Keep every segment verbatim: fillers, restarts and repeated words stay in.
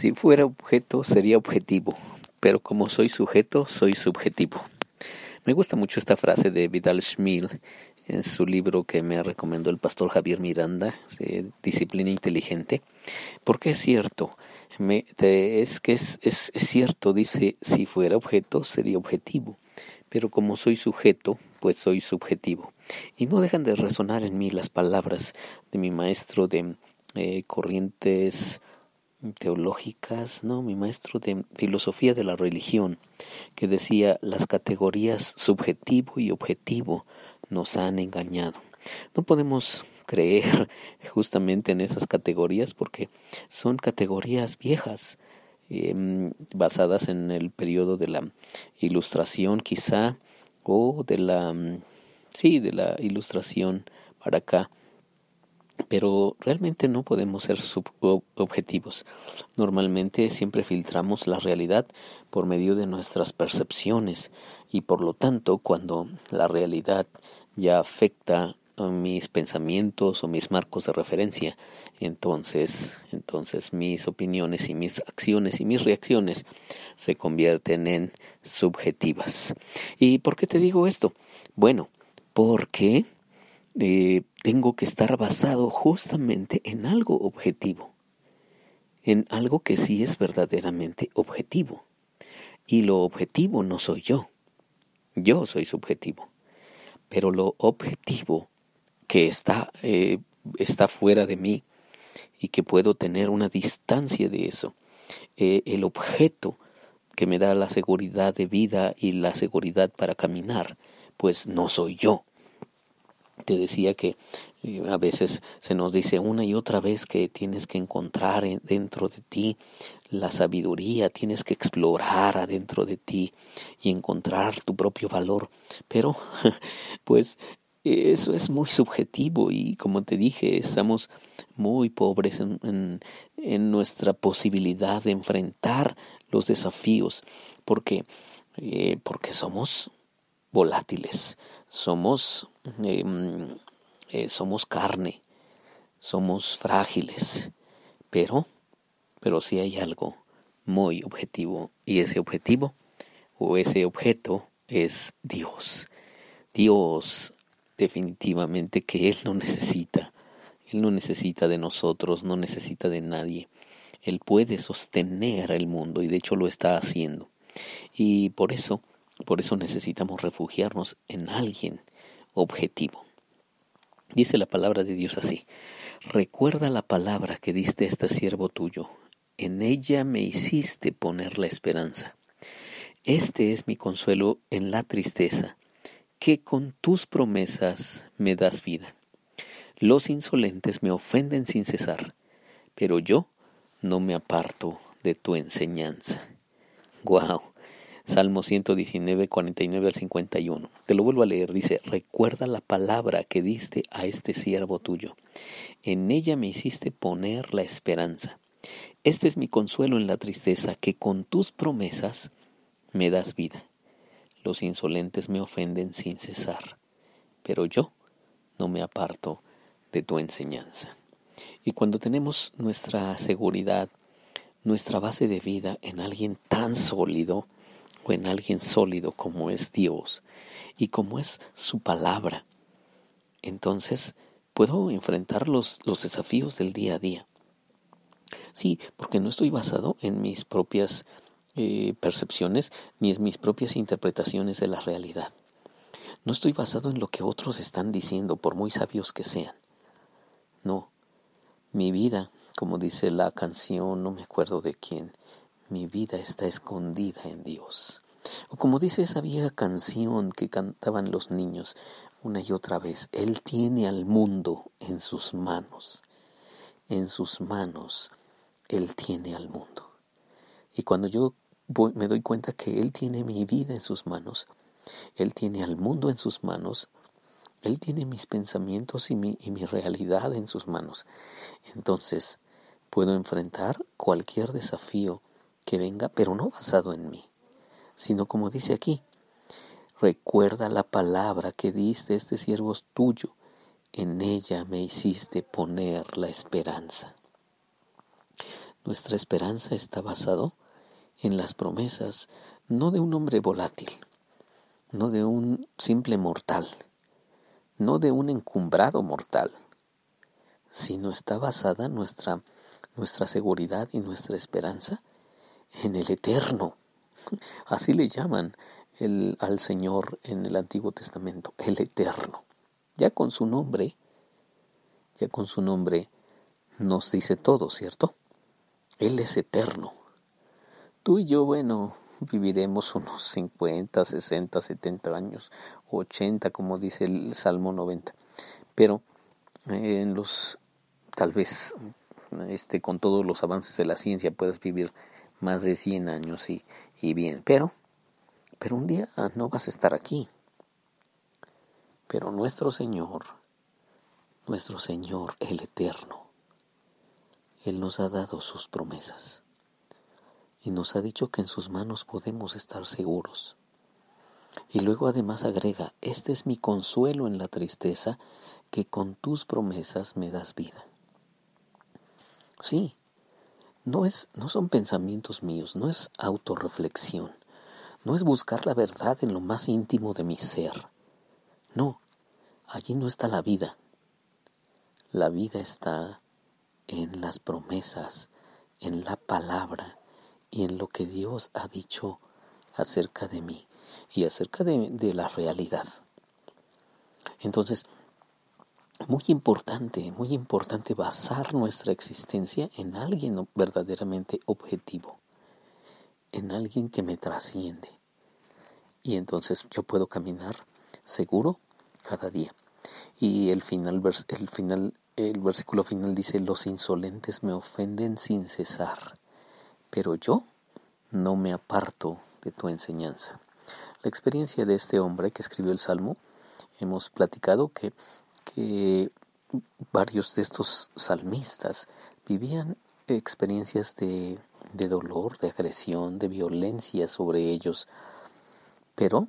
Si fuera objeto, sería objetivo, pero como soy sujeto, soy subjetivo. Me gusta mucho esta frase de Vidal Schmil en su libro que me recomendó el pastor Javier Miranda, eh, Disciplina Inteligente, porque es cierto, me, te, es que es, es, es cierto, dice, si fuera objeto, sería objetivo, pero como soy sujeto, pues soy subjetivo. Y no dejan de resonar en mí las palabras de mi maestro de eh, corrientes teológicas, no, mi maestro de filosofía de la religión, que decía, las categorías subjetivo y objetivo nos han engañado. No podemos creer justamente en esas categorías porque son categorías viejas, eh, basadas en el periodo de la Ilustración quizá, o de la, sí, de la Ilustración para acá. Pero realmente no podemos ser subobjetivos. Normalmente siempre filtramos la realidad por medio de nuestras percepciones y por lo tanto cuando la realidad ya afecta a mis pensamientos o mis marcos de referencia, entonces, entonces mis opiniones y mis acciones y mis reacciones se convierten en subjetivas. ¿Y por qué te digo esto? Bueno, porque Eh, tengo que estar basado justamente en algo objetivo, en algo que sí es verdaderamente objetivo. Y lo objetivo no soy yo, yo soy subjetivo, pero lo objetivo que está, eh, está fuera de mí y que puedo tener una distancia de eso, eh, el objeto que me da la seguridad de vida y la seguridad para caminar, pues no soy yo. Te decía que eh, a veces se nos dice una y otra vez que tienes que encontrar en, dentro de ti la sabiduría, tienes que explorar adentro de ti y encontrar tu propio valor. Pero, pues, eso es muy subjetivo y como te dije, estamos muy pobres en, en, en nuestra posibilidad de enfrentar los desafíos porque, eh, porque somos volátiles, somos, eh, eh, somos carne, somos frágiles, pero, pero sí hay algo muy objetivo y ese objetivo o ese objeto es Dios. Dios definitivamente que Él no necesita, Él no necesita de nosotros, no necesita de nadie. Él puede sostener el mundo y de hecho lo está haciendo. Y por eso Por eso necesitamos refugiarnos en alguien objetivo. Dice la palabra de Dios así: recuerda la palabra que diste a este siervo tuyo, en ella me hiciste poner la esperanza. Este es mi consuelo en la tristeza, que con tus promesas me das vida. Los insolentes me ofenden sin cesar, pero yo no me aparto de tu enseñanza. ¡Guau! Salmo ciento diecinueve, cuarenta y nueve al cincuenta y uno. Te lo vuelvo a leer. Dice, recuerda la palabra que diste a este siervo tuyo. En ella me hiciste poner la esperanza. Este es mi consuelo en la tristeza, que con tus promesas me das vida. Los insolentes me ofenden sin cesar, pero yo no me aparto de tu enseñanza. Y cuando tenemos nuestra seguridad, nuestra base de vida en alguien tan sólido, o en alguien sólido como es Dios y como es su palabra, entonces puedo enfrentar los, los desafíos del día a día. Sí, porque no estoy basado en mis propias eh, percepciones ni en mis propias interpretaciones de la realidad. No estoy basado en lo que otros están diciendo, por muy sabios que sean. No, mi vida, como dice la canción, no me acuerdo de quién, mi vida está escondida en Dios. O como dice esa vieja canción que cantaban los niños una y otra vez, Él tiene al mundo en sus manos. En sus manos, Él tiene al mundo. Y cuando yo voy, me doy cuenta que Él tiene mi vida en sus manos, Él tiene al mundo en sus manos, Él tiene mis pensamientos y mi, y mi realidad en sus manos, entonces puedo enfrentar cualquier desafío que venga, pero no basado en mí, sino como dice aquí, recuerda la palabra que diste a este siervo tuyo, en ella me hiciste poner la esperanza. Nuestra esperanza está basada en las promesas, no de un hombre volátil, no de un simple mortal, no de un encumbrado mortal, sino está basada nuestra, nuestra seguridad y nuestra esperanza en el Eterno. Así le llaman el, al Señor en el Antiguo Testamento, el Eterno. Ya con su nombre, ya con su nombre nos dice todo, ¿cierto? Él es eterno. Tú y yo, bueno, viviremos unos cincuenta, sesenta, setenta años, ochenta, como dice el Salmo noventa. Pero eh, en los, tal vez, este, con todos los avances de la ciencia puedas vivir más de cien años y, y bien. Pero, pero un día no vas a estar aquí. Pero nuestro Señor, nuestro Señor, el Eterno, Él nos ha dado sus promesas. Y nos ha dicho que en sus manos podemos estar seguros. Y luego además agrega, este es mi consuelo en la tristeza, que con tus promesas me das vida. Sí, no es, no son pensamientos míos, no es autorreflexión, no es buscar la verdad en lo más íntimo de mi ser. No, allí no está la vida. La vida está en las promesas, en la palabra, y en lo que Dios ha dicho acerca de mí y acerca de, de la realidad. Entonces, muy importante, muy importante basar nuestra existencia en alguien verdaderamente objetivo, en alguien que me trasciende. Y entonces yo puedo caminar seguro cada día. Y el final, el final, el versículo final dice, los insolentes me ofenden sin cesar, pero yo no me aparto de tu enseñanza. La experiencia de este hombre que escribió el Salmo, hemos platicado que, que varios de estos salmistas vivían experiencias de, de dolor, de agresión, de violencia sobre ellos. Pero,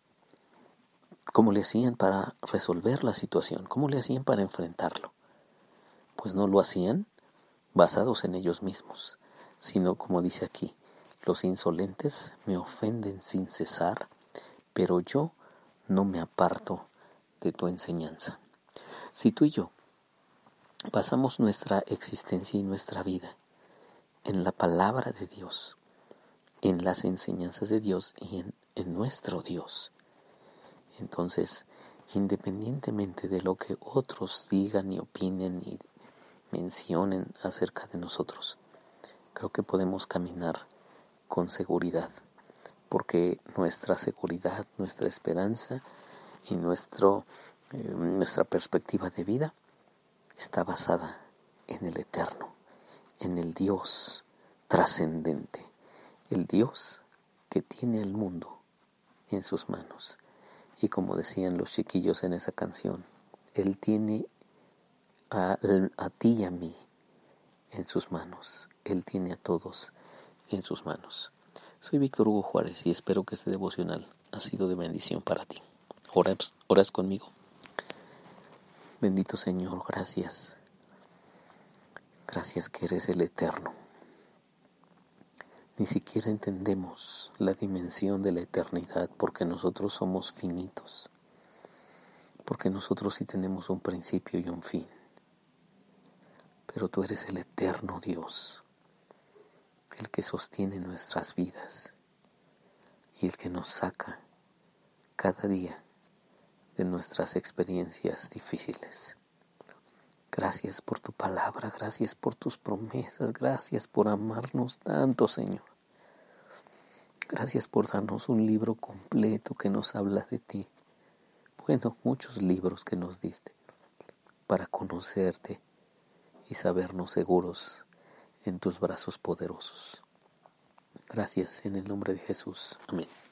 ¿cómo le hacían para resolver la situación? ¿Cómo le hacían para enfrentarlo? Pues no lo hacían basados en ellos mismos, sino como dice aquí, los insolentes me ofenden sin cesar, pero yo no me aparto de tu enseñanza. Si tú y yo basamos nuestra existencia y nuestra vida en la palabra de Dios, en las enseñanzas de Dios y en, en nuestro Dios, entonces, independientemente de lo que otros digan y opinen y mencionen acerca de nosotros, creo que podemos caminar con seguridad, porque nuestra seguridad, nuestra esperanza y nuestro, eh, nuestra perspectiva de vida está basada en el Eterno, en el Dios trascendente, el Dios que tiene el mundo en sus manos. Y como decían los chiquillos en esa canción, Él tiene a, a ti y a mí en sus manos. Él tiene a todos en sus manos. Soy Víctor Hugo Juárez y espero que este devocional ha sido de bendición para ti. ¿Oras, oras conmigo? Bendito Señor, gracias. Gracias que eres el Eterno. Ni siquiera entendemos la dimensión de la eternidad porque nosotros somos finitos. Porque nosotros sí tenemos un principio y un fin. Pero tú eres el eterno Dios, el que sostiene nuestras vidas y el que nos saca cada día de nuestras experiencias difíciles. Gracias por tu palabra, gracias por tus promesas, gracias por amarnos tanto, Señor. Gracias por darnos un libro completo que nos habla de ti. Bueno, muchos libros que nos diste para conocerte y sabernos seguros en tus brazos poderosos. Gracias en el nombre de Jesús. Amén.